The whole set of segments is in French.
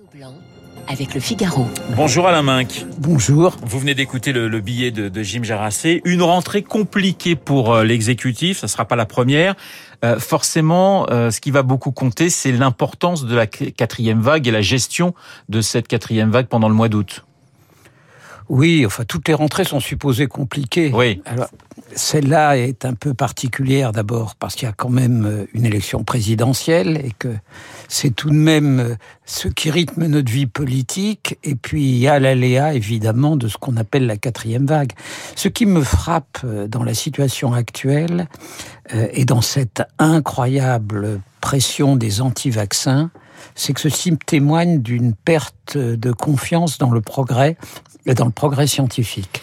Blanc avec Le Figaro. Bonjour Alain Minc. Bonjour. Vous venez d'écouter le billet de Jim Jarassé. Une rentrée compliquée pour l'exécutif, ça ne sera pas la première. Forcément, ce qui va beaucoup compter, c'est l'importance de la quatrième vague et la gestion de cette quatrième vague pendant le mois d'août. Oui, enfin, toutes les rentrées sont supposées compliquées. Oui. Alors, celle-là est un peu particulière d'abord parce qu'il y a quand même une élection présidentielle et que c'est tout de même ce qui rythme notre vie politique. Et puis, il y a l'aléa, évidemment, de ce qu'on appelle la quatrième vague. Ce qui me frappe dans la situation actuelle et dans cette incroyable pression des anti-vaccins, c'est que ceci témoigne d'une perte de confiance dans le progrès et dans le progrès scientifique.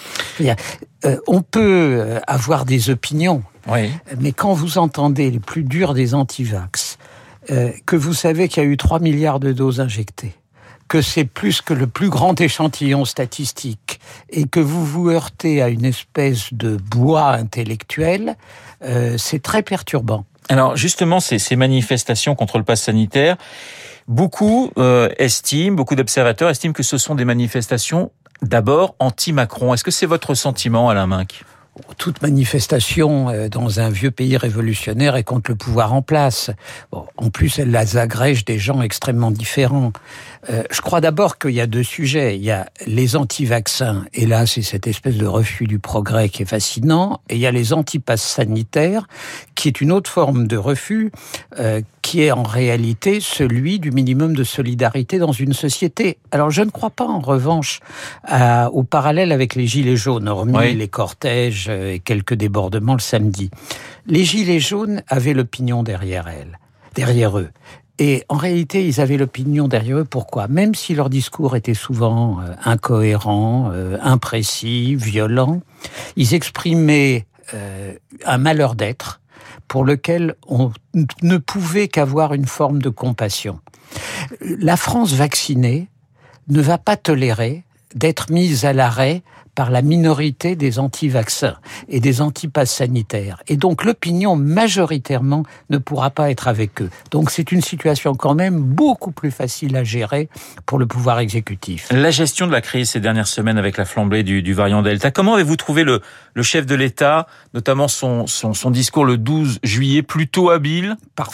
On peut avoir des opinions, oui, mais quand vous entendez les plus durs des anti-vax, que vous savez qu'il y a eu 3 milliards de doses injectées, que c'est plus que le plus grand échantillon statistique, et que vous vous heurtez à une espèce de bois intellectuel, c'est très perturbant. Alors justement, ces manifestations contre le pass sanitaire, beaucoup d'observateurs estiment que ce sont des manifestations d'abord anti-Macron. Est-ce que c'est votre sentiment, Alain Minc ? Toute manifestation dans un vieux pays révolutionnaire est contre le pouvoir en place. Bon, en plus, elle les agrège des gens extrêmement différents. Je crois d'abord qu'il y a deux sujets. Il y a les anti-vaccins, et là, c'est cette espèce de refus du progrès qui est fascinant. Et il y a les anti-passes sanitaires, qui est une autre forme de refus, qui est en réalité celui du minimum de solidarité dans une société. Alors, je ne crois pas, en revanche, au parallèle avec les Gilets jaunes, hormis les cortèges et quelques débordements le samedi. Les Gilets jaunes avaient l'opinion derrière eux. Et en réalité, ils avaient l'opinion derrière eux. Pourquoi ? Même si leur discours était souvent incohérent, imprécis, violent, ils exprimaient un malheur d'être pour lequel on ne pouvait qu'avoir une forme de compassion. La France vaccinée ne va pas tolérer d'être mise à l'arrêt par la minorité des anti-vaccins et des anti-passes sanitaires. Et donc l'opinion majoritairement ne pourra pas être avec eux. Donc c'est une situation quand même beaucoup plus facile à gérer pour le pouvoir exécutif. La gestion de la crise ces dernières semaines avec la flambée du variant Delta, comment avez-vous trouvé le chef de l'État, notamment son discours le 12 juillet, plutôt habile ?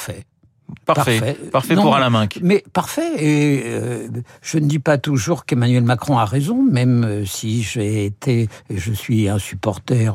Parfait pour Alain Minc. Mais parfait, et je ne dis pas toujours qu'Emmanuel Macron a raison, même si je suis un supporter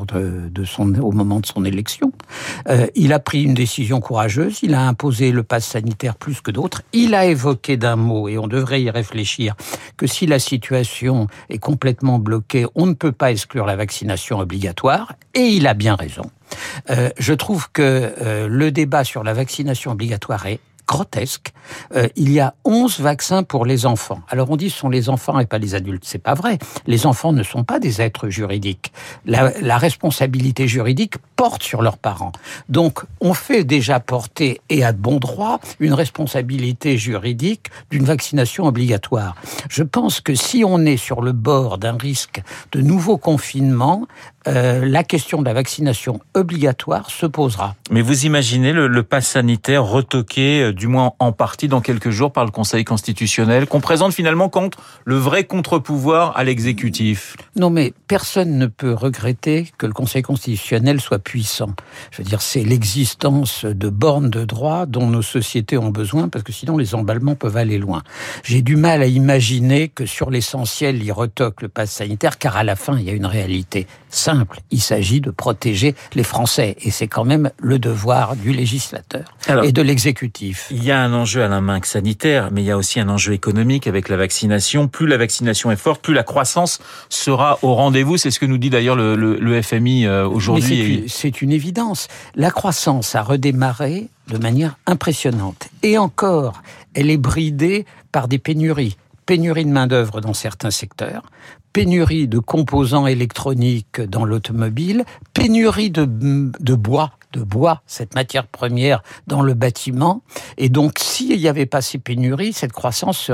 au moment de son élection. Il a pris une décision courageuse, il a imposé le pass sanitaire plus que d'autres, il a évoqué d'un mot, et on devrait y réfléchir, que si la situation est complètement bloquée, on ne peut pas exclure la vaccination obligatoire, et il a bien raison. Je trouve que le débat sur la vaccination obligatoire est grotesque. Il y a 11 vaccins pour les enfants. Alors on dit que ce sont les enfants et pas les adultes. C'est pas vrai. Les enfants ne sont pas des êtres juridiques. La responsabilité juridique porte sur leurs parents. Donc on fait déjà porter, et à bon droit, une responsabilité juridique d'une vaccination obligatoire. Je pense que si on est sur le bord d'un risque de nouveau confinement, la question de la vaccination obligatoire se posera. Mais vous imaginez le pass sanitaire retoqué, du moins en partie, dans quelques jours par le Conseil constitutionnel, qu'on présente finalement contre le vrai contre-pouvoir à l'exécutif ? Non, mais personne ne peut regretter que le Conseil constitutionnel soit puissant. Je veux dire, c'est l'existence de bornes de droit dont nos sociétés ont besoin, parce que sinon les emballements peuvent aller loin. J'ai du mal à imaginer que sur l'essentiel, il retoque le pass sanitaire, car à la fin, il y a une réalité simple. Il s'agit de protéger les Français, et c'est quand même le devoir du législateur et de l'exécutif. Il y a un enjeu, Alain Minc, sanitaire, mais il y a aussi un enjeu économique avec la vaccination. Plus la vaccination est forte, plus la croissance sera au rendez-vous. C'est ce que nous dit d'ailleurs le FMI aujourd'hui. Mais c'est une évidence. La croissance a redémarré de manière impressionnante. Et encore, elle est bridée par des pénuries. Pénurie de main-d'œuvre dans certains secteurs, pénurie de composants électroniques dans l'automobile, pénurie de bois, cette matière première dans le bâtiment. Et donc, s'il n'y avait pas ces pénuries, cette croissance serait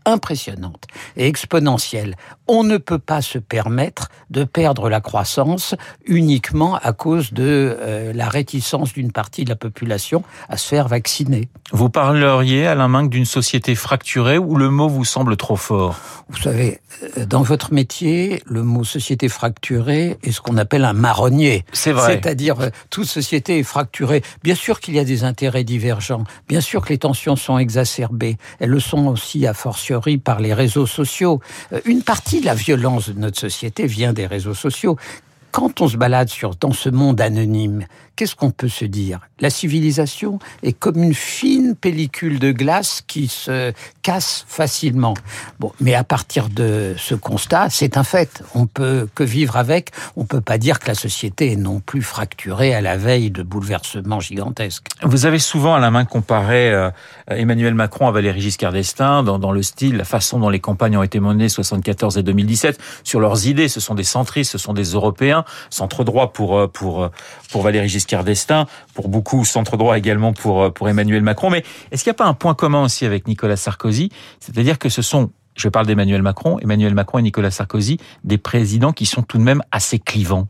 impressionnante et exponentielle. On ne peut pas se permettre de perdre la croissance uniquement à cause de la réticence d'une partie de la population à se faire vacciner. Vous parleriez, Alain Minc, d'une société fracturée ou le mot vous semble trop fort ? Vous savez, dans votre métier, le mot société fracturée est ce qu'on appelle un marronnier. C'est vrai. C'est-à-dire, toute société est fracturée. Bien sûr qu'il y a des intérêts divergents. Bien sûr que les tensions sont exacerbées. Elles le sont aussi, a fortiori, par les réseaux sociaux. Une partie de la violence de notre société vient des réseaux sociaux. Quand on se balade dans ce monde anonyme, qu'est-ce qu'on peut se dire ? La civilisation est comme une fine pellicule de glace qui se casse facilement. Bon, mais à partir de ce constat, c'est un fait. On peut que vivre avec. On peut pas dire que la société est non plus fracturée à la veille de bouleversements gigantesques. Vous avez souvent, Alain Minc, comparé Emmanuel Macron à Valéry Giscard d'Estaing dans le style, la façon dont les campagnes ont été menées 74 et 2017 sur leurs idées. Ce sont des centristes, ce sont des Européens. Centre droit pour Valéry Giscard d'Estaing, pour beaucoup centre droit également pour Emmanuel Macron. Mais est-ce qu'il n'y a pas un point commun aussi avec Nicolas Sarkozy ? C'est-à-dire que ce sont, je parle d'Emmanuel Macron et Nicolas Sarkozy, des présidents qui sont tout de même assez clivants.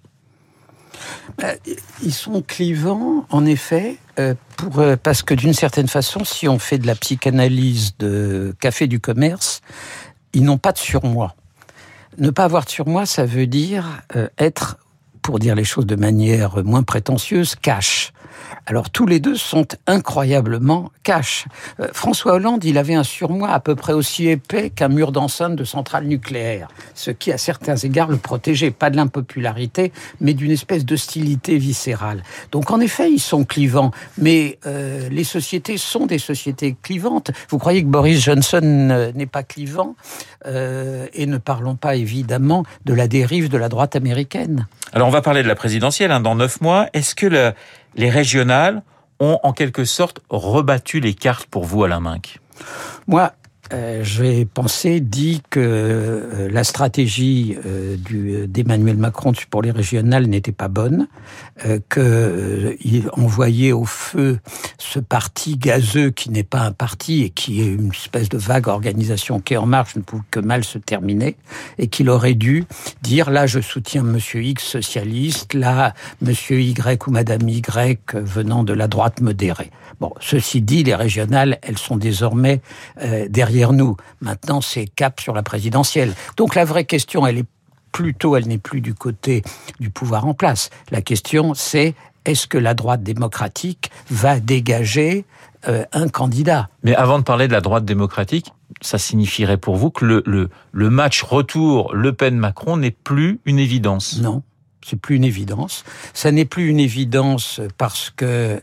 Ils sont clivants, en effet, parce que d'une certaine façon, si on fait de la psychanalyse de café du commerce, ils n'ont pas de surmoi. Ne pas avoir de surmoi, ça veut dire être, pour dire les choses de manière moins prétentieuse, cash. Alors tous les deux sont incroyablement cash. François Hollande, il avait un surmoi à peu près aussi épais qu'un mur d'enceinte de centrale nucléaire, ce qui à certains égards le protégeait, pas de l'impopularité, mais d'une espèce d'hostilité viscérale. Donc en effet, ils sont clivants, mais les sociétés sont des sociétés clivantes. Vous croyez que Boris Johnson n'est pas clivant ? Et ne parlons pas évidemment de la dérive de la droite américaine. Alors on va parler de la présidentielle dans 9 mois. Est-ce que les régionales ont en quelque sorte rebattu les cartes pour vous, Alain Minc ? Moi, j'ai dit que la stratégie d'Emmanuel Macron pour les régionales n'était pas bonne, qu'il envoyait au feu ce parti gazeux qui n'est pas un parti et qui est une espèce de vague organisation qui En Marche ne pouvait que mal se terminer, et qu'il aurait dû dire là je soutiens Monsieur X socialiste, là Monsieur Y ou Madame Y venant de la droite modérée. Bon, ceci dit, les régionales, elles sont désormais derrière nous. Maintenant, c'est cap sur la présidentielle. Donc la vraie question, elle n'est plus du côté du pouvoir en place. La question, c'est est-ce que la droite démocratique va dégager un candidat ? Mais avant de parler de la droite démocratique, ça signifierait pour vous que le match retour Le Pen-Macron n'est plus une évidence ? Non. C'est plus une évidence. Ça n'est plus une évidence parce que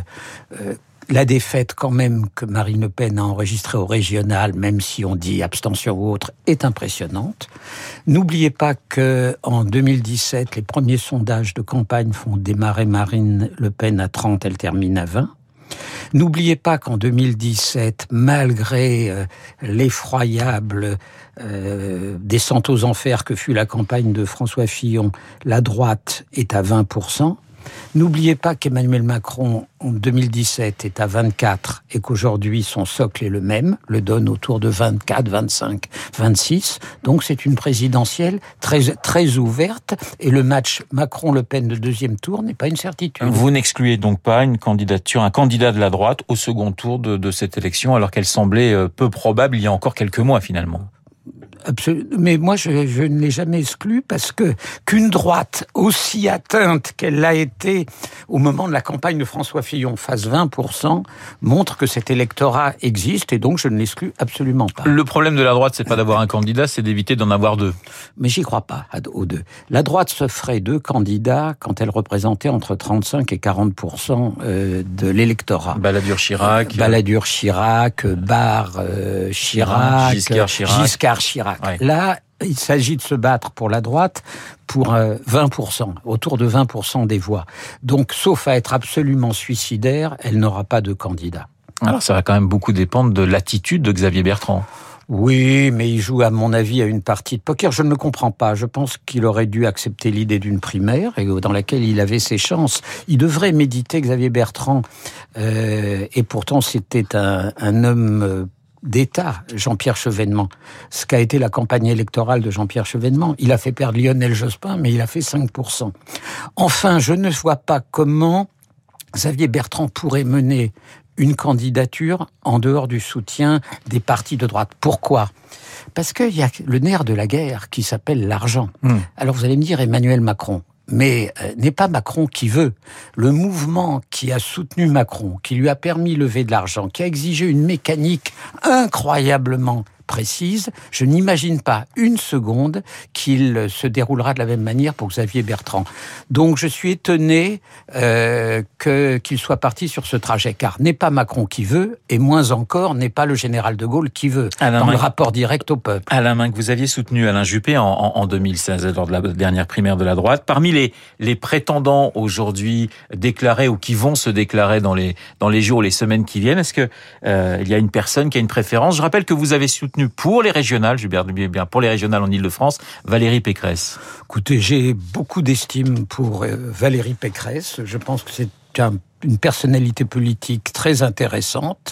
la défaite quand même que Marine Le Pen a enregistrée au régional, même si on dit abstention ou autre, est impressionnante. N'oubliez pas que en 2017, les premiers sondages de campagne font démarrer Marine Le Pen à 30, elle termine à 20. N'oubliez pas qu'en 2017, malgré l'effroyable descente aux enfers que fut la campagne de François Fillon, la droite est à 20%. N'oubliez pas qu'Emmanuel Macron, en 2017, est à 24 et qu'aujourd'hui, son socle est le même, le donne autour de 24, 25, 26. Donc, c'est une présidentielle très, très ouverte et le match Macron-Le Pen de deuxième tour n'est pas une certitude. Vous n'excluez donc pas un candidat de la droite au second tour de cette élection, alors qu'elle semblait peu probable il y a encore quelques mois, finalement. Absolument. Mais moi, je ne l'ai jamais exclu parce qu'une droite aussi atteinte qu'elle l'a été au moment de la campagne de François Fillon fasse 20% montre que cet électorat existe et donc je ne l'exclus absolument pas. Le problème de la droite, c'est pas d'avoir un candidat, c'est d'éviter d'en avoir deux. Mais j'y crois pas aux deux. La droite se ferait deux candidats quand elle représentait entre 35 et 40% de l'électorat. Balladur-Chirac. Balladur-Chirac, Barre, Chirac, Giscard Chirac. Ouais. Là, il s'agit de se battre pour la droite pour 20%, autour de 20% des voix. Donc, sauf à être absolument suicidaire, elle n'aura pas de candidat. Alors, ça va quand même beaucoup dépendre de l'attitude de Xavier Bertrand. Oui, mais il joue, à mon avis, à une partie de poker. Je ne le comprends pas. Je pense qu'il aurait dû accepter l'idée d'une primaire et dans laquelle il avait ses chances. Il devrait méditer, Xavier Bertrand. Et pourtant, c'était un homme d'État, Jean-Pierre Chevènement. Ce qu'a été la campagne électorale de Jean-Pierre Chevènement. Il a fait perdre Lionel Jospin, mais il a fait 5%. Enfin, je ne vois pas comment Xavier Bertrand pourrait mener une candidature en dehors du soutien des partis de droite. Pourquoi ? Parce qu'il y a le nerf de la guerre qui s'appelle l'argent. Alors vous allez me dire Emmanuel Macron. Mais n'est pas Macron qui veut. Le mouvement qui a soutenu Macron, qui lui a permis de lever de l'argent, qui a exigé une mécanique incroyablement précise, je n'imagine pas une seconde qu'il se déroulera de la même manière pour Xavier Bertrand. Donc je suis étonné qu'il soit parti sur ce trajet, car n'est pas Macron qui veut, et moins encore n'est pas le général de Gaulle qui veut, le rapport direct au peuple. Alain Minc, vous aviez soutenu Alain Juppé en 2016, lors de la dernière primaire de la droite. Parmi les prétendants aujourd'hui déclarés ou qui vont se déclarer dans les jours ou les semaines qui viennent, est-ce que il y a une personne qui a une préférence ? Je rappelle que vous avez soutenu pour les régionales, pour les régionales en Ile-de-France, Valérie Pécresse. Écoutez, j'ai beaucoup d'estime pour Valérie Pécresse. Je pense que c'est une personnalité politique très intéressante.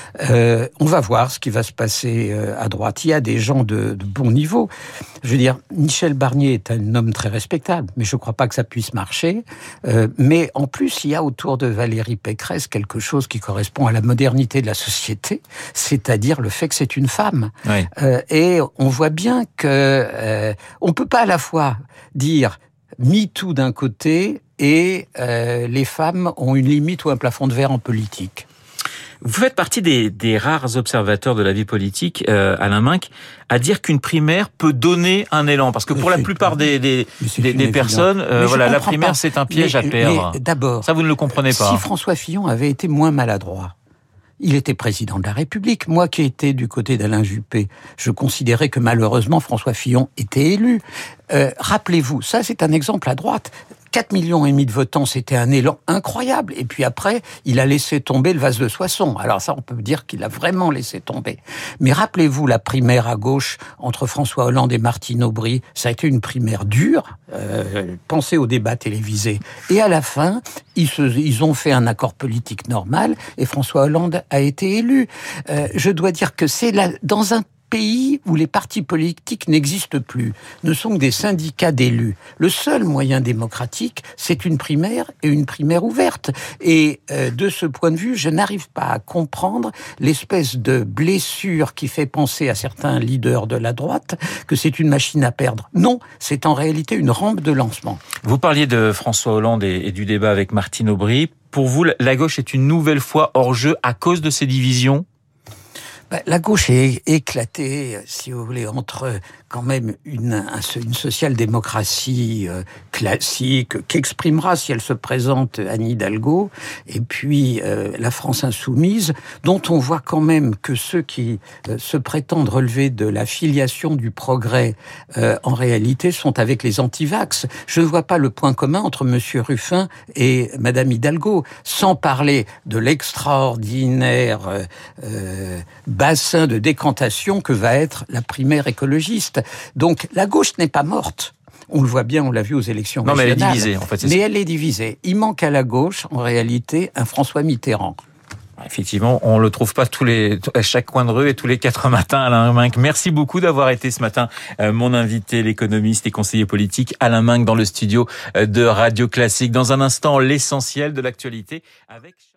On va voir ce qui va se passer à droite. Il y a des gens de bon niveau. Je veux dire, Michel Barnier est un homme très respectable, mais je ne crois pas que ça puisse marcher. Mais en plus, il y a autour de Valérie Pécresse quelque chose qui correspond à la modernité de la société, c'est-à-dire le fait que c'est une femme. Oui. Et on voit bien que on peut pas à la fois dire MeToo d'un côté et les femmes ont une limite ou un plafond de verre en politique. Vous faites partie des rares observateurs de la vie politique, Alain Minc, à dire qu'une primaire peut donner un élan. Parce que pour la plupart des personnes, la primaire, c'est un piège à perdre. Mais d'abord, ça, vous ne le comprenez pas. Si François Fillon avait été moins maladroit, il était président de la République. Moi qui étais du côté d'Alain Juppé, je considérais que malheureusement François Fillon était élu. Rappelez-vous, ça c'est un exemple à droite. 4,5 millions de votants, c'était un élan incroyable. Et puis après, il a laissé tomber le vase de Soissons. Alors ça, on peut dire qu'il a vraiment laissé tomber. Mais rappelez-vous la primaire à gauche entre François Hollande et Martine Aubry. Ça a été une primaire dure. Pensez au débat télévisé. Et à la fin, ils ont fait un accord politique normal et François Hollande a été élu. Je dois dire que c'est là, dans un pays où les partis politiques n'existent plus, ne sont que des syndicats d'élus. Le seul moyen démocratique, c'est une primaire et une primaire ouverte. Et de ce point de vue, je n'arrive pas à comprendre l'espèce de blessure qui fait penser à certains leaders de la droite que c'est une machine à perdre. Non, c'est en réalité une rampe de lancement. Vous parliez de François Hollande et du débat avec Martine Aubry. Pour vous, la gauche est une nouvelle fois hors jeu à cause de ces divisions ? La gauche est éclatée, si vous voulez, entre quand même une social-démocratie classique qu'exprimera, si elle se présente, Anne Hidalgo, et puis la France insoumise, dont on voit quand même que ceux qui se prétendent relever de la filiation du progrès, en réalité, sont avec les antivax. Je ne vois pas le point commun entre Monsieur Ruffin et Madame Hidalgo, sans parler de l'extraordinaire bassin de décantation que va être la primaire écologiste. Donc la gauche n'est pas morte. On le voit bien, on l'a vu aux élections régionales. Non, mais elle est divisée, en fait. Mais elle est divisée. Il manque à la gauche, en réalité, un François Mitterrand. Effectivement, on le trouve pas à chaque coin de rue et tous les 4 matins, Alain Minc. Merci beaucoup d'avoir été ce matin mon invité, l'économiste et conseiller politique Alain Minc dans le studio de Radio Classique. Dans un instant, l'essentiel de l'actualité avec